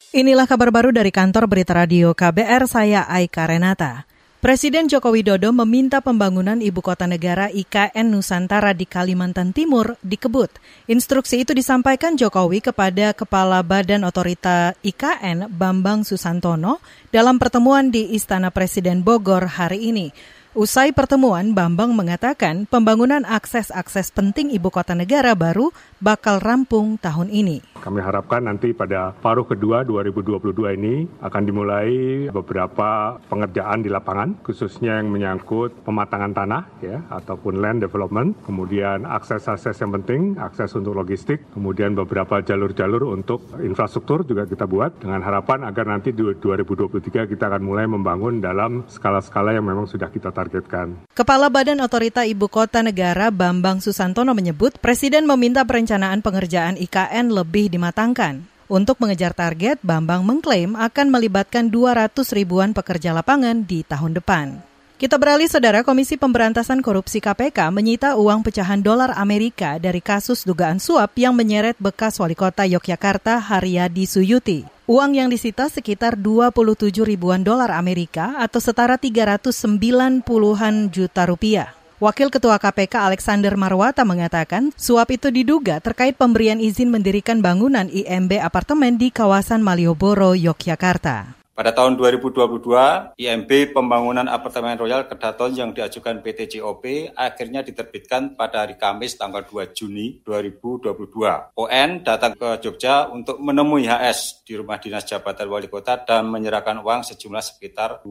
Inilah kabar baru dari kantor Berita Radio KBR, saya Aika Renata. Presiden Joko Widodo meminta pembangunan Ibu Kota Negara IKN Nusantara di Kalimantan Timur dikebut. Instruksi itu disampaikan Jokowi kepada Kepala Badan Otorita IKN Bambang Susantono dalam pertemuan di Istana Presiden Bogor hari ini. Usai pertemuan, Bambang mengatakan pembangunan akses-akses penting Ibu Kota Negara baru bakal rampung tahun ini. Kami harapkan nanti pada paruh kedua 2022 ini akan dimulai beberapa pengerjaan di lapangan, khususnya yang menyangkut pematangan tanah ya ataupun land development, kemudian akses-akses yang penting, akses untuk logistik, kemudian beberapa jalur-jalur untuk infrastruktur juga kita buat dengan harapan agar nanti di 2023 kita akan mulai membangun dalam skala-skala yang memang sudah kita targetkan. Kepala Badan Otorita Ibu Kota Negara Bambang Susantono menyebut Presiden meminta perencanaan pengerjaan IKN lebih dimatangkan. Untuk mengejar target, Bambang mengklaim akan melibatkan 200 ribuan pekerja lapangan di tahun depan. Kita beralih, Saudara. Komisi Pemberantasan Korupsi KPK menyita uang pecahan dolar Amerika dari kasus dugaan suap yang menyeret bekas wali kota Yogyakarta Haryadi Suyuti. Uang yang disita sekitar 27 ribuan dolar Amerika atau setara 390-an juta rupiah. Wakil Ketua KPK Alexander Marwata mengatakan suap itu diduga terkait pemberian izin mendirikan bangunan IMB apartemen di kawasan Malioboro, Yogyakarta. Pada tahun 2022, IMB Pembangunan Apartemen Royal Kedaton yang diajukan PT COP akhirnya diterbitkan pada hari Kamis tanggal 2 Juni 2022. ON datang ke Jogja untuk menemui HS di rumah dinas jabatan wali kota dan menyerahkan uang sejumlah sekitar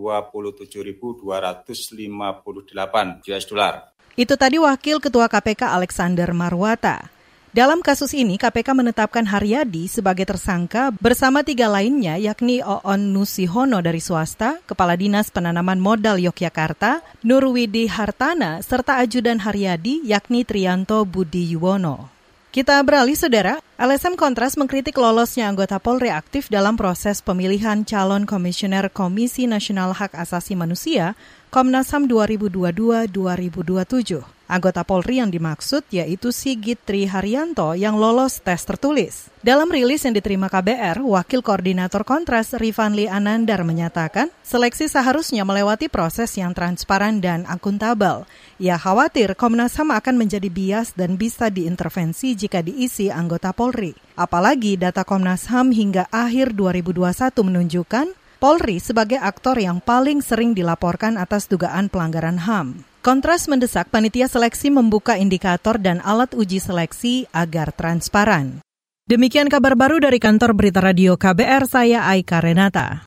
27.258 US dollar. Itu tadi Wakil Ketua KPK Alexander Marwata. Dalam kasus ini, KPK menetapkan Haryadi sebagai tersangka bersama 3 lainnya, yakni Oon Nusihono dari swasta, Kepala Dinas Penanaman Modal Yogyakarta, Nurwidi Hartana, serta ajudan Haryadi, yakni Triyanto Budi Yuwono. Kita beralih, Saudara. LSM Kontras mengkritik lolosnya anggota Polri aktif dalam proses pemilihan calon komisioner Komisi Nasional Hak Asasi Manusia, Komnas HAM 2022-2027. Anggota Polri yang dimaksud yaitu Sigit Triharyanto yang lolos tes tertulis. Dalam rilis yang diterima KBR, Wakil Koordinator Kontras Rifanli Anandar menyatakan seleksi seharusnya melewati proses yang transparan dan akuntabel. Ia khawatir Komnas HAM akan menjadi bias dan bisa diintervensi jika diisi anggota Polri. Apalagi data Komnas HAM hingga akhir 2021 menunjukkan Polri sebagai aktor yang paling sering dilaporkan atas dugaan pelanggaran HAM. Kontras mendesak panitia seleksi membuka indikator dan alat uji seleksi agar transparan. Demikian kabar baru dari kantor Berita Radio KBR, saya Aika Renata.